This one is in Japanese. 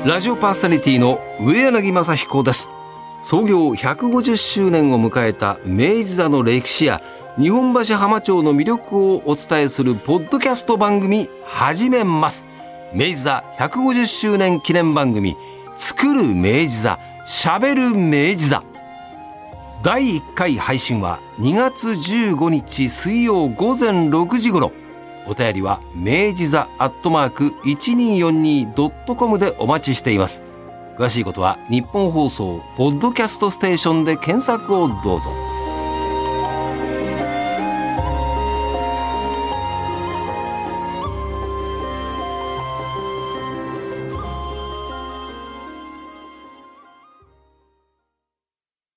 ラジオパーソナリティの上柳正彦です。創業150周年を迎えた明治座の歴史や日本橋浜町の魅力をお伝えするポッドキャスト番組始めます。明治座150周年記念番組、作る明治座、喋る明治座。第1回配信は2月15日水曜午前6時頃。お便りは明治座@1242.com でお待ちしています。詳しいことは日本放送ポッドキャストステーションで検索をどうぞ。